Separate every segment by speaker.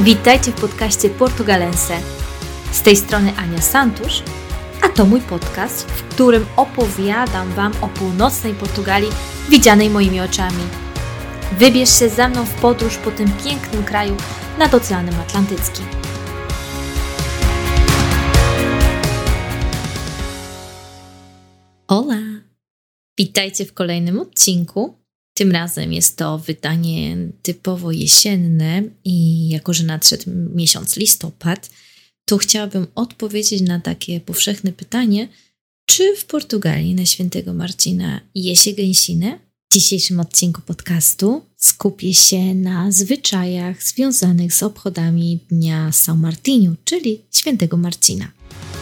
Speaker 1: Witajcie w podcaście Portugalense. Z tej strony Ania Santusz, a to mój podcast, w którym opowiadam Wam o północnej Portugalii widzianej moimi oczami. Wybierz się ze mną w podróż po tym pięknym kraju nad Oceanem Atlantyckim. Hola! Witajcie w kolejnym odcinku. Tym razem jest to wydanie typowo jesienne i jako, że nadszedł miesiąc listopad, to chciałabym odpowiedzieć na takie powszechne pytanie, czy w Portugalii na Świętego Marcina je się gęsinę? W dzisiejszym odcinku podcastu skupię się na zwyczajach związanych z obchodami Dnia São Martinho, czyli Świętego Marcina.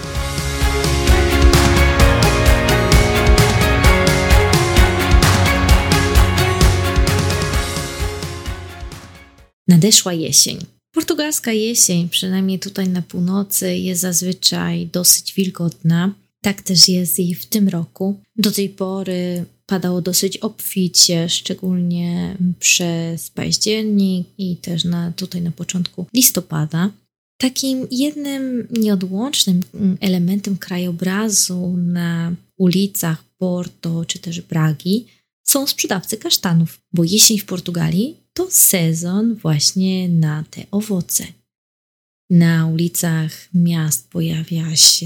Speaker 1: Nadeszła jesień. Portugalska jesień, przynajmniej tutaj na północy, jest zazwyczaj dosyć wilgotna. Tak też jest i w tym roku. Do tej pory padało dosyć obficie, szczególnie przez październik i też tutaj na początku listopada. Takim jednym nieodłącznym elementem krajobrazu na ulicach Porto czy też Bragi są sprzedawcy kasztanów, bo jesień w Portugalii to sezon właśnie na te owoce. Na ulicach miast pojawia się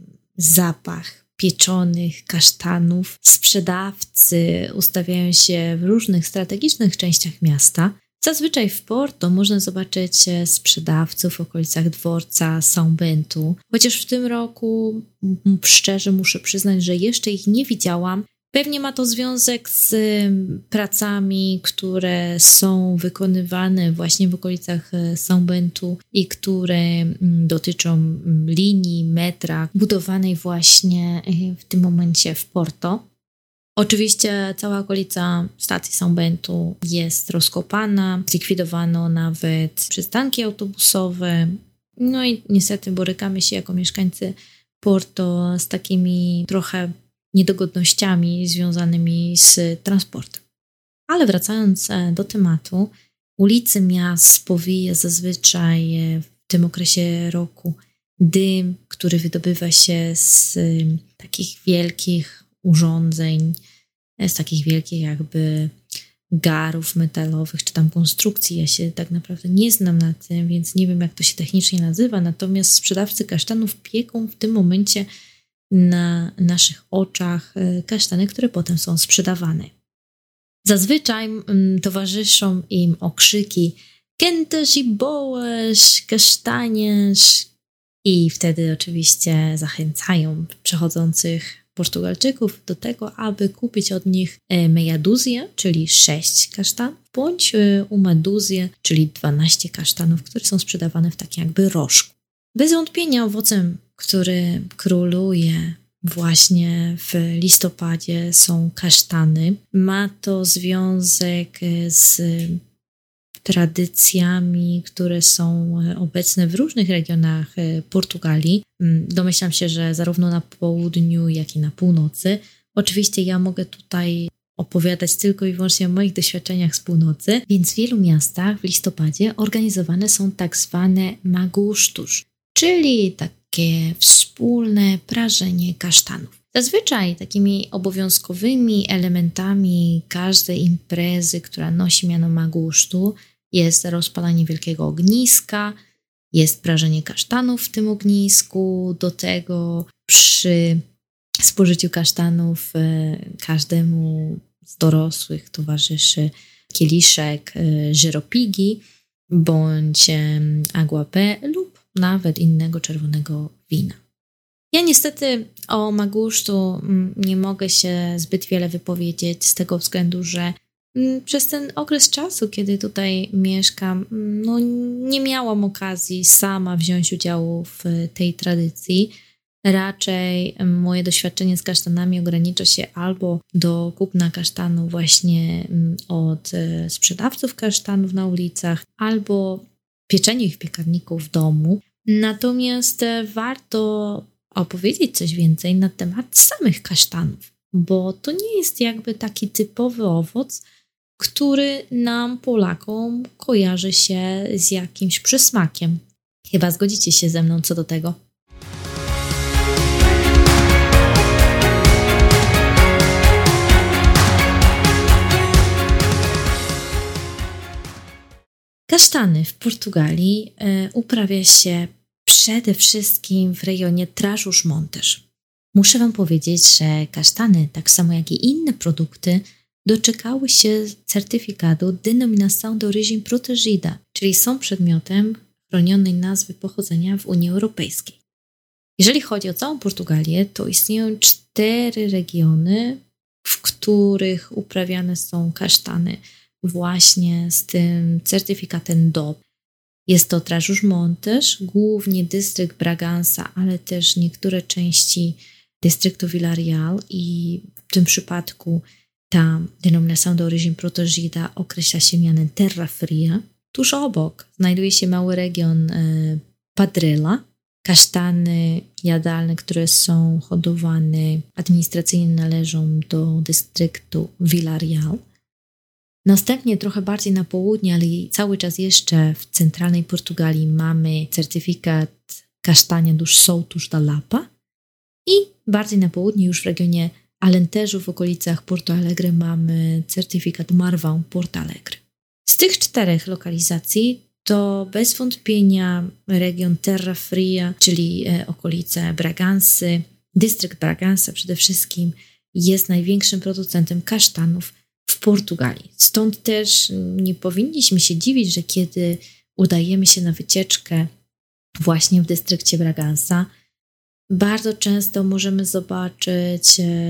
Speaker 1: zapach pieczonych kasztanów. Sprzedawcy ustawiają się w różnych strategicznych częściach miasta. Zazwyczaj w Porto można zobaczyć sprzedawców w okolicach dworca São Bento. Chociaż w tym roku szczerze muszę przyznać, że jeszcze ich nie widziałam. Pewnie ma to związek z pracami, które są wykonywane właśnie w okolicach São Bento i które dotyczą linii metra budowanej właśnie w tym momencie w Porto. Oczywiście cała okolica stacji São Bento jest rozkopana, zlikwidowano nawet przystanki autobusowe. No i niestety borykamy się jako mieszkańcy Porto z takimi trochę niedogodnościami związanymi z transportem. Ale wracając do tematu, ulicy miast spowija zazwyczaj w tym okresie roku dym, który wydobywa się z takich wielkich urządzeń, z takich wielkich jakby garów metalowych, czy tam konstrukcji. Ja się tak naprawdę nie znam na tym, więc nie wiem, jak to się technicznie nazywa, natomiast sprzedawcy kasztanów pieką w tym momencie na naszych oczach kasztany, które potem są sprzedawane. Zazwyczaj towarzyszą im okrzyki quentes i boas, kasztanias i wtedy oczywiście zachęcają przechodzących Portugalczyków do tego, aby kupić od nich meia dúzia, czyli 6 kasztanów, bądź uma dúzia, czyli 12 kasztanów, które są sprzedawane w takim jakby rożku. Bez wątpienia owocem, który króluje właśnie w listopadzie, są kasztany. Ma to związek z tradycjami, które są obecne w różnych regionach Portugalii. Domyślam się, że zarówno na południu, jak i na północy. Oczywiście ja mogę tutaj opowiadać tylko i wyłącznie o moich doświadczeniach z północy, więc w wielu miastach w listopadzie organizowane są tak zwane magustus, czyli takie wspólne prażenie kasztanów. Zazwyczaj takimi obowiązkowymi elementami każdej imprezy, która nosi miano magustu, jest rozpalanie wielkiego ogniska, jest prażenie kasztanów w tym ognisku. Do tego przy spożyciu kasztanów każdemu z dorosłych towarzyszy kieliszek żeropigi bądź aguapé lub nawet innego czerwonego wina. Ja niestety o magustu nie mogę się zbyt wiele wypowiedzieć z tego względu, że przez ten okres czasu, kiedy tutaj mieszkam, nie miałam okazji sama wziąć udziału w tej tradycji. Raczej moje doświadczenie z kasztanami ogranicza się albo do kupna kasztanu właśnie od sprzedawców kasztanów na ulicach, albo pieczenie ich w piekarniku w domu. Natomiast warto opowiedzieć coś więcej na temat samych kasztanów, bo to nie jest jakby taki typowy owoc, który nam, Polakom, kojarzy się z jakimś przysmakiem. Chyba zgodzicie się ze mną co do tego. Kasztany w Portugalii uprawia się przede wszystkim w rejonie Trás-os-Montes. Muszę Wam powiedzieć, że kasztany, tak samo jak i inne produkty, doczekały się certyfikatu Denominação de Origem Protegida, czyli są przedmiotem chronionej nazwy pochodzenia w Unii Europejskiej. Jeżeli chodzi o całą Portugalię, to istnieją 4 regiony, w których uprawiane są kasztany właśnie z tym certyfikatem DOP. Jest to Trás-os-Montes, głównie dystrykt Bragança, ale też niektóre części dystryktu Vila-real i w tym przypadku ta Denominação de Origem Protegida określa się mianem Terra Fria. Tuż obok znajduje się mały region Padrela. Kasztany jadalne, które są hodowane administracyjnie należą do dystryktu Vila-real. Następnie trochę bardziej na południe, ale cały czas jeszcze w centralnej Portugalii mamy certyfikat Castanha dos Soutos da Lapa i bardziej na południe już w regionie Alentejo w okolicach Porto Alegre mamy certyfikat Marvão Porto Alegre. Z tych 4 lokalizacji to bez wątpienia region Terra Fria, czyli okolice Bragancy, dystrykt Bragança przede wszystkim jest największym producentem kasztanów w Portugalii. Stąd też nie powinniśmy się dziwić, że kiedy udajemy się na wycieczkę właśnie w dystrykcie Bragança, bardzo często możemy zobaczyć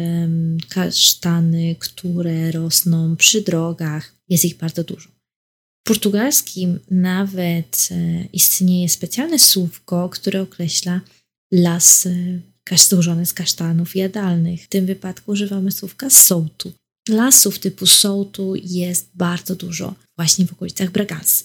Speaker 1: kasztany, które rosną przy drogach. Jest ich bardzo dużo. W portugalskim nawet istnieje specjalne słówko, które określa las złożony z kasztanów jadalnych. W tym wypadku używamy słówka souto. Lasów typu souto jest bardzo dużo właśnie w okolicach Bragancy.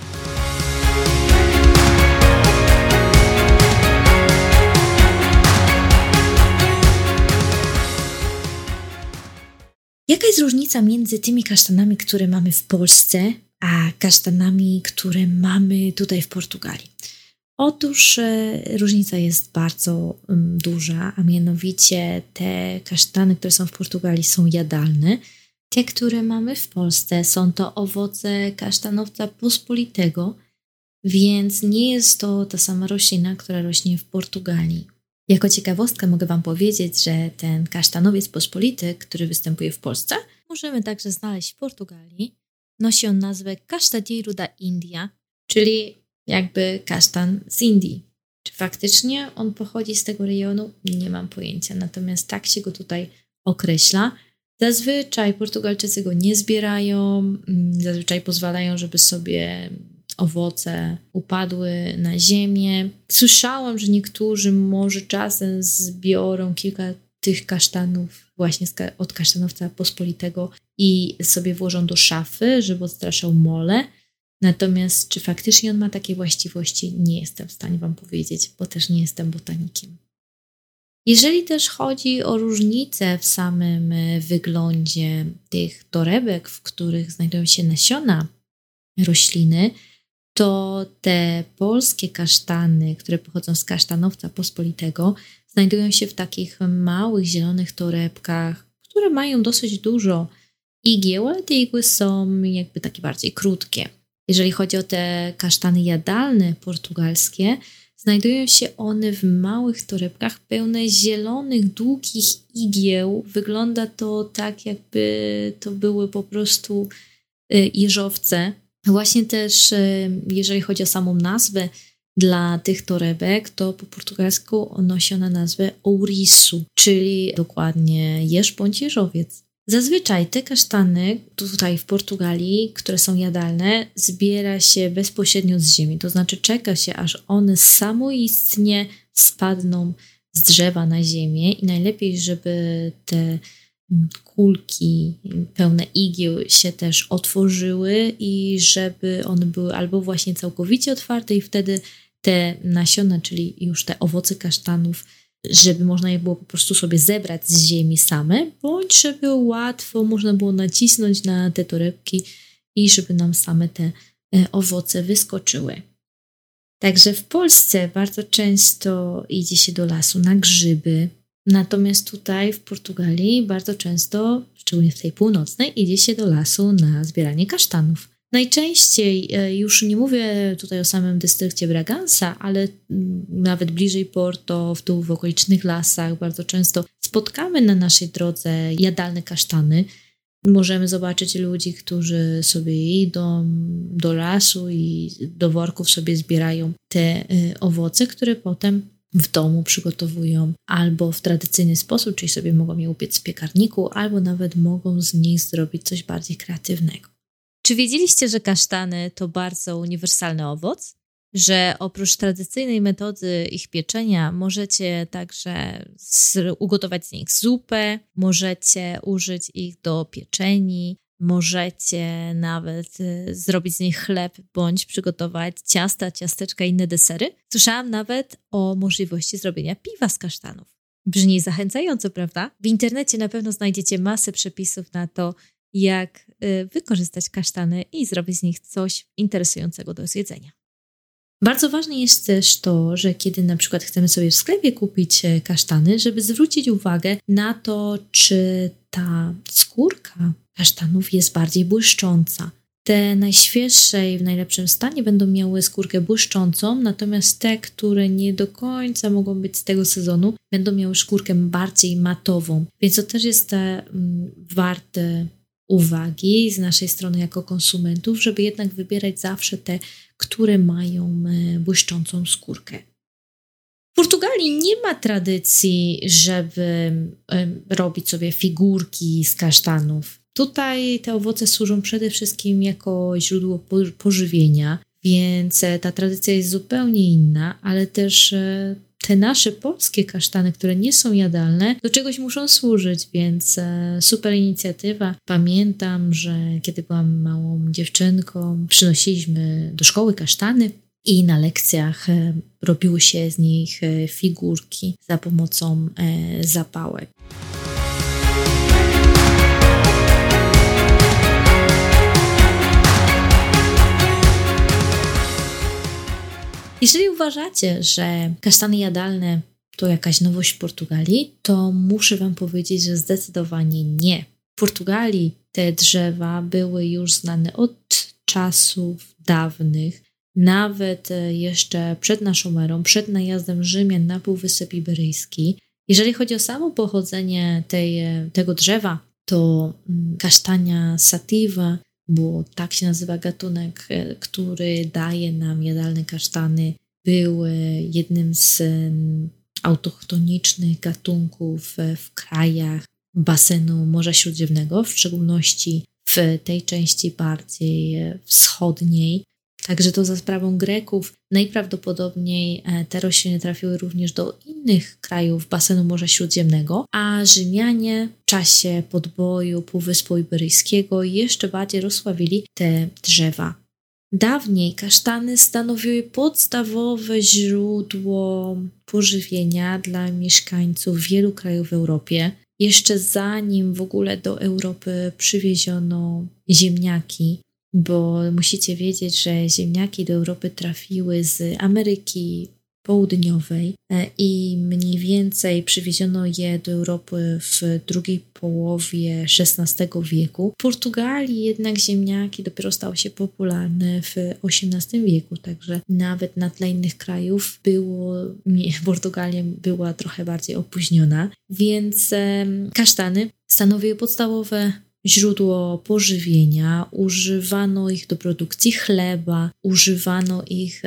Speaker 1: Jaka jest różnica między tymi kasztanami, które mamy w Polsce, a kasztanami, które mamy tutaj w Portugalii? Otóż różnica jest bardzo duża, a mianowicie te kasztany, które są w Portugalii, są jadalne. Te, które mamy w Polsce, są to owoce kasztanowca pospolitego, więc nie jest to ta sama roślina, która rośnie w Portugalii. Jako ciekawostkę mogę Wam powiedzieć, że ten kasztanowiec pospolity, który występuje w Polsce, możemy także znaleźć w Portugalii. Nosi on nazwę Castanheiro da Índia, czyli jakby kasztan z Indii. Czy faktycznie on pochodzi z tego rejonu? Nie mam pojęcia, natomiast tak się go tutaj określa. Zazwyczaj Portugalczycy go nie zbierają, zazwyczaj pozwalają, żeby sobie owoce upadły na ziemię. Słyszałam, że niektórzy może czasem zbiorą kilka tych kasztanów właśnie od kasztanowca pospolitego i sobie włożą do szafy, żeby odstraszał mole. Natomiast czy faktycznie on ma takie właściwości, nie jestem w stanie Wam powiedzieć, bo też nie jestem botanikiem. Jeżeli też chodzi o różnice w samym wyglądzie tych torebek, w których znajdują się nasiona rośliny, to te polskie kasztany, które pochodzą z kasztanowca pospolitego, znajdują się w takich małych, zielonych torebkach, które mają dosyć dużo igieł, ale te igły są jakby takie bardziej krótkie. Jeżeli chodzi o te kasztany jadalne portugalskie, znajdują się one w małych torebkach pełne zielonych, długich igieł. Wygląda to tak, jakby to były po prostu jeżowce. Właśnie też, jeżeli chodzi o samą nazwę dla tych torebek, to po portugalsku nosi ona nazwę ouriço, czyli dokładnie jeż bądź jeżowiec. Zazwyczaj te kasztany tutaj w Portugalii, które są jadalne, zbiera się bezpośrednio z ziemi. To znaczy czeka się, aż one samoistnie spadną z drzewa na ziemię i najlepiej, żeby te kulki pełne igieł się też otworzyły i żeby one były albo właśnie całkowicie otwarte i wtedy te nasiona, czyli już te owoce kasztanów żeby można je było po prostu sobie zebrać z ziemi same, bądź żeby łatwo można było nacisnąć na te torebki i żeby nam same te owoce wyskoczyły. Także w Polsce bardzo często idzie się do lasu na grzyby, natomiast tutaj w Portugalii bardzo często, szczególnie w tej północnej, idzie się do lasu na zbieranie kasztanów. Najczęściej, już nie mówię tutaj o samym dystrykcie Bragança, ale nawet bliżej Porto, w okolicznych lasach bardzo często spotkamy na naszej drodze jadalne kasztany. Możemy zobaczyć ludzi, którzy sobie idą do lasu i do worków sobie zbierają te owoce, które potem w domu przygotowują albo w tradycyjny sposób, czyli sobie mogą je upiec w piekarniku, albo nawet mogą z nich zrobić coś bardziej kreatywnego. Czy wiedzieliście, że kasztany to bardzo uniwersalny owoc? Że oprócz tradycyjnej metody ich pieczenia możecie także ugotować z nich zupę, możecie użyć ich do pieczeni, możecie nawet zrobić z nich chleb bądź przygotować ciasta, ciasteczka i inne desery. Słyszałam nawet o możliwości zrobienia piwa z kasztanów. Brzmi zachęcająco, prawda? W internecie na pewno znajdziecie masę przepisów na to, jak wykorzystać kasztany i zrobić z nich coś interesującego do zjedzenia. Bardzo ważne jest też to, że kiedy na przykład chcemy sobie w sklepie kupić kasztany, żeby zwrócić uwagę na to, czy ta skórka kasztanów jest bardziej błyszcząca. Te najświeższe i w najlepszym stanie będą miały skórkę błyszczącą, natomiast te, które nie do końca mogą być z tego sezonu, będą miały skórkę bardziej matową. Więc to też jest warte uwagi z naszej strony jako konsumentów, żeby jednak wybierać zawsze te, które mają błyszczącą skórkę. W Portugalii nie ma tradycji, żeby robić sobie figurki z kasztanów. Tutaj te owoce służą przede wszystkim jako źródło pożywienia, więc ta tradycja jest zupełnie inna, ale też te nasze polskie kasztany, które nie są jadalne, do czegoś muszą służyć, więc super inicjatywa. Pamiętam, że kiedy byłam małą dziewczynką, przynosiliśmy do szkoły kasztany i na lekcjach robiły się z nich figurki za pomocą zapałek. Jeżeli uważacie, że kasztany jadalne to jakaś nowość w Portugalii, to muszę Wam powiedzieć, że zdecydowanie nie. W Portugalii te drzewa były już znane od czasów dawnych, nawet jeszcze przed naszą erą, przed najazdem Rzymian na Półwysep Iberyjski. Jeżeli chodzi o samo pochodzenie tego drzewa, to kasztania sativa, bo tak się nazywa gatunek, który daje nam jadalne kasztany, był jednym z autochtonicznych gatunków w krajach basenu Morza Śródziemnego, w szczególności w tej części bardziej wschodniej. Także to za sprawą Greków najprawdopodobniej te rośliny trafiły również do innych krajów basenu Morza Śródziemnego, a Rzymianie w czasie podboju Półwyspu Iberyjskiego jeszcze bardziej rozsławili te drzewa. Dawniej kasztany stanowiły podstawowe źródło pożywienia dla mieszkańców wielu krajów w Europie. Jeszcze zanim w ogóle do Europy przywieziono ziemniaki, bo musicie wiedzieć, że ziemniaki do Europy trafiły z Ameryki Południowej i mniej więcej przywieziono je do Europy w drugiej połowie XVI wieku. W Portugalii jednak ziemniaki dopiero stały się popularne w XVIII wieku, także nawet na tle innych krajów Portugalia była trochę bardziej opóźniona, więc kasztany stanowiły podstawowe źródło pożywienia, używano ich do produkcji chleba, używano ich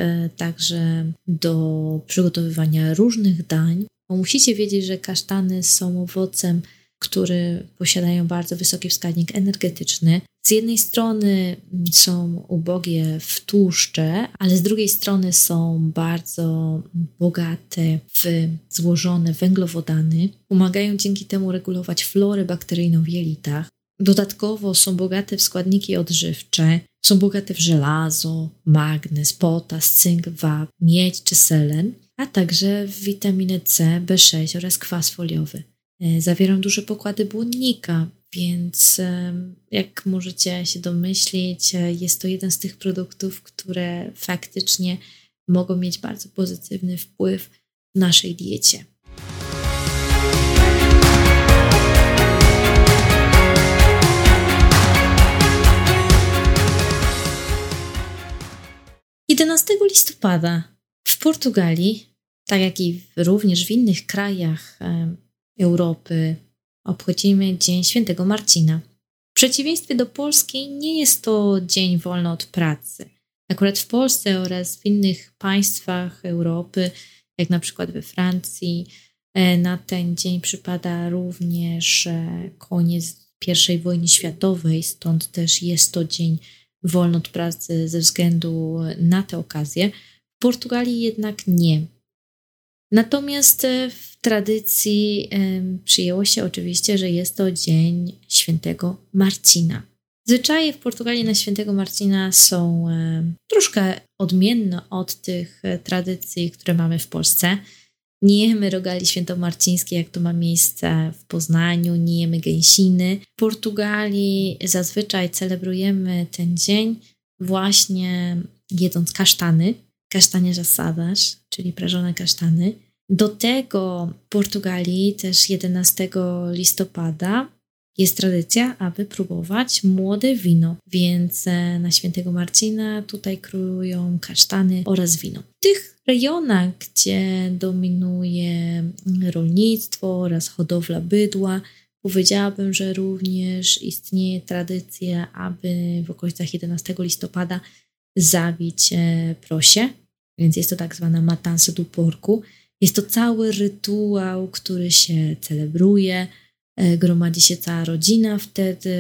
Speaker 1: także do przygotowywania różnych dań. Bo musicie wiedzieć, że kasztany są owocem, które posiadają bardzo wysoki wskaźnik energetyczny. Z jednej strony są ubogie w tłuszcze, ale z drugiej strony są bardzo bogate w złożone węglowodany. Pomagają dzięki temu regulować florę bakteryjną w jelitach. Dodatkowo są bogate w składniki odżywcze, są bogate w żelazo, magnez, potas, cynk, wapń, miedź czy selen, a także w witaminę C, B6 oraz kwas foliowy. Zawierają duże pokłady błonnika, więc jak możecie się domyślić, jest to jeden z tych produktów, które faktycznie mogą mieć bardzo pozytywny wpływ w naszej diecie. Jedenastego listopada w Portugalii, tak jak i również w innych krajach Europy, obchodzimy Dzień Świętego Marcina. W przeciwieństwie do Polski nie jest to dzień wolny od pracy. Akurat w Polsce oraz w innych państwach Europy, jak na przykład we Francji, na ten dzień przypada również koniec I wojny światowej, stąd też jest to dzień wolny od pracy ze względu na tę okazję. W Portugalii jednak nie. Natomiast w tradycji przyjęło się oczywiście, że jest to Dzień Świętego Marcina. Zwyczaje w Portugalii na Świętego Marcina są troszkę odmienne od tych tradycji, które mamy w Polsce. Nie jemy rogali świętomarcińskie, jak to ma miejsce w Poznaniu, nie jemy gęsiny. W Portugalii zazwyczaj celebrujemy ten dzień właśnie jedząc kasztany, castanhas assadas, czyli prażone kasztany. Do tego w Portugalii też 11 listopada jest tradycja, aby próbować młode wino, więc na Świętego Marcina tutaj królują kasztany oraz wino. W tych rejonach, gdzie dominuje rolnictwo oraz hodowla bydła, powiedziałabym, że również istnieje tradycja, aby w okolicach 11 listopada zabić prosie, więc jest to tak zwana matança do porco. Jest to cały rytuał, który się celebruje, gromadzi się cała rodzina wtedy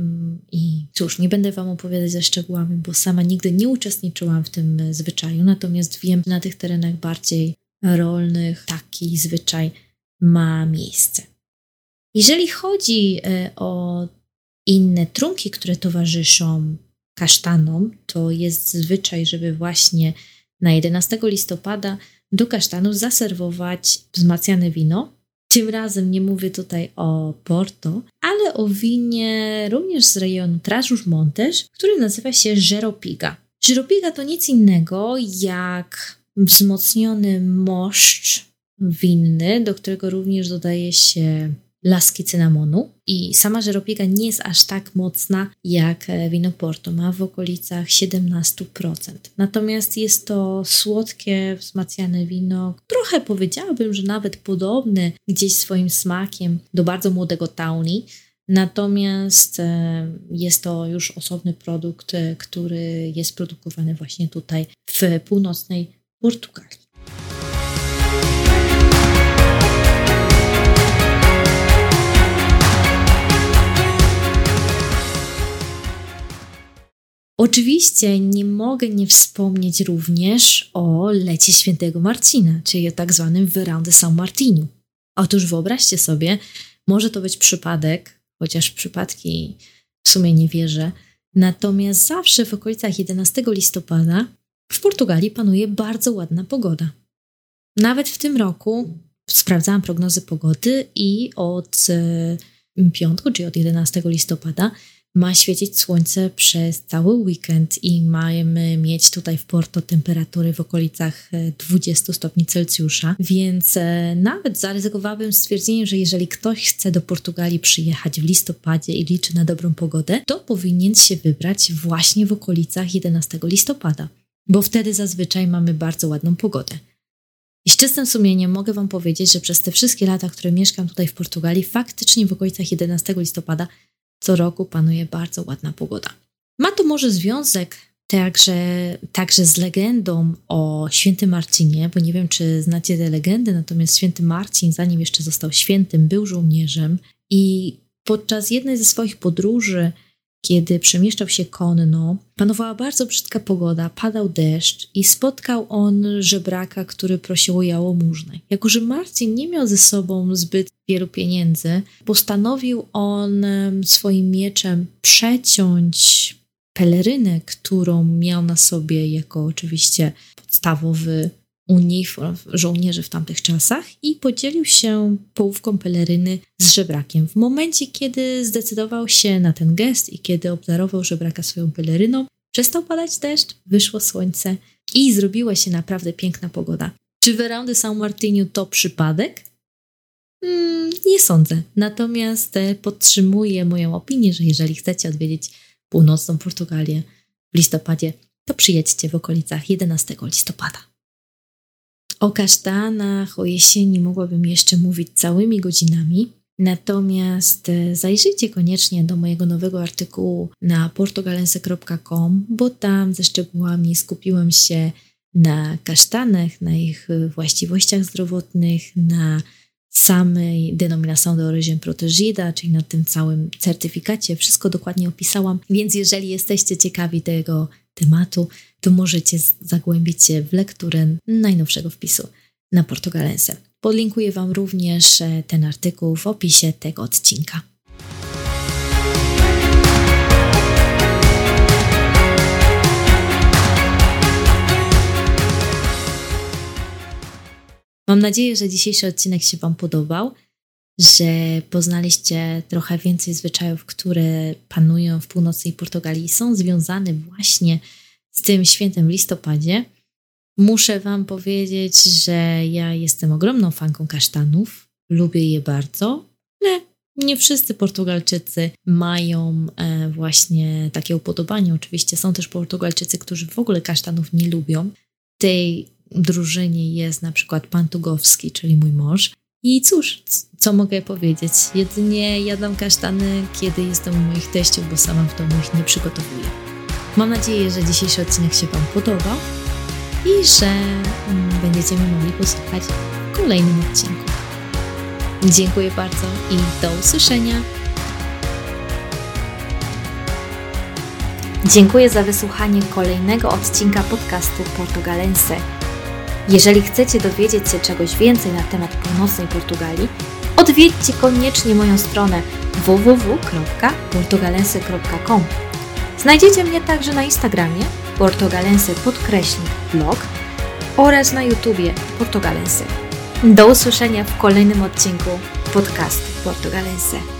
Speaker 1: i cóż, nie będę Wam opowiadać ze szczegółami, bo sama nigdy nie uczestniczyłam w tym zwyczaju, natomiast wiem, że na tych terenach bardziej rolnych taki zwyczaj ma miejsce. Jeżeli chodzi o inne trunki, które towarzyszą kasztanom, to jest zwyczaj, żeby właśnie na 11 listopada do kasztanów zaserwować wzmacniane wino. Tym razem nie mówię tutaj o Porto, ale o winie również z rejonu Trás-os-Montes, który nazywa się Żeropiga. Żeropiga to nic innego jak wzmocniony moszcz winny, do którego również dodaje się laski cynamonu i sama żeropiga nie jest aż tak mocna jak wino Porto, ma w okolicach 17%. Natomiast jest to słodkie, wzmacniane wino, trochę powiedziałabym, że nawet podobne gdzieś swoim smakiem do bardzo młodego Tawny. Natomiast jest to już osobny produkt, który jest produkowany właśnie tutaj w północnej Portugalii. Oczywiście nie mogę nie wspomnieć również o lecie Świętego Marcina, czyli o tak zwanym Verão de São Martinho. Otóż wyobraźcie sobie, może to być przypadek, chociaż w przypadki w sumie nie wierzę, natomiast zawsze w okolicach 11 listopada w Portugalii panuje bardzo ładna pogoda. Nawet w tym roku sprawdzałam prognozy pogody i od piątku, czyli od 11 listopada ma świecić słońce przez cały weekend i mamy mieć tutaj w Porto temperatury w okolicach 20 stopni Celsjusza, więc nawet zaryzykowałabym stwierdzeniem, że jeżeli ktoś chce do Portugalii przyjechać w listopadzie i liczy na dobrą pogodę, to powinien się wybrać właśnie w okolicach 11 listopada, bo wtedy zazwyczaj mamy bardzo ładną pogodę. I z czystym sumieniem mogę Wam powiedzieć, że przez te wszystkie lata, które mieszkam tutaj w Portugalii, faktycznie w okolicach 11 listopada co roku panuje bardzo ładna pogoda. Ma to może związek także z legendą o świętym Marcinie, bo nie wiem, czy znacie tę legendę, natomiast święty Marcin, zanim jeszcze został świętym, był żołnierzem i podczas jednej ze swoich podróży kiedy przemieszczał się konno, panowała bardzo brzydka pogoda, padał deszcz i spotkał on żebraka, który prosił o jałmużnę. Jako że Marcin nie miał ze sobą zbyt wielu pieniędzy, postanowił on swoim mieczem przeciąć pelerynę, którą miał na sobie jako oczywiście podstawowy uniform żołnierzy w tamtych czasach i podzielił się połówką peleryny z żebrakiem. W momencie, kiedy zdecydował się na ten gest i kiedy obdarował żebraka swoją peleryną, przestał padać deszcz, wyszło słońce i zrobiła się naprawdę piękna pogoda. Czy Verão de São Martinho to przypadek? Nie sądzę. Natomiast podtrzymuję moją opinię, że jeżeli chcecie odwiedzić północną Portugalię w listopadzie, to przyjedźcie w okolicach 11 listopada. O kasztanach, o jesieni mogłabym jeszcze mówić całymi godzinami, natomiast zajrzyjcie koniecznie do mojego nowego artykułu na portugalense.com, bo tam ze szczegółami skupiłam się na kasztanach, na ich właściwościach zdrowotnych, na samej Denominação de Origem Protegida, czyli na tym całym certyfikacie. Wszystko dokładnie opisałam, więc jeżeli jesteście ciekawi tego tematu, to możecie zagłębić się w lekturę najnowszego wpisu na Portugalense. Podlinkuję Wam również ten artykuł w opisie tego odcinka. Mam nadzieję, że dzisiejszy odcinek się Wam podobał, że poznaliście trochę więcej zwyczajów, które panują w północnej Portugalii i są związane właśnie z tym świętem w listopadzie. Muszę Wam powiedzieć, że ja jestem ogromną fanką kasztanów, lubię je bardzo, ale nie wszyscy Portugalczycy mają właśnie takie upodobanie. Oczywiście są też Portugalczycy, którzy w ogóle kasztanów nie lubią. W tej drużynie jest na przykład pan Tugowski, czyli mój mąż. I cóż, co mogę powiedzieć? Jedynie jadam kasztany, kiedy jestem u moich teściów, bo sama w domu ich nie przygotowuję. Mam nadzieję, że dzisiejszy odcinek się Wam podobał i że będziecie mnie mogli posłuchać w kolejnym odcinku. Dziękuję bardzo i do usłyszenia. Dziękuję za wysłuchanie kolejnego odcinka podcastu Portugalense. Jeżeli chcecie dowiedzieć się czegoś więcej na temat północnej Portugalii, odwiedźcie koniecznie moją stronę www.portugalense.com. Znajdziecie mnie także na Instagramie portugalense_blog oraz na YouTubie Portugalense. Do usłyszenia w kolejnym odcinku podcastu Portugalense.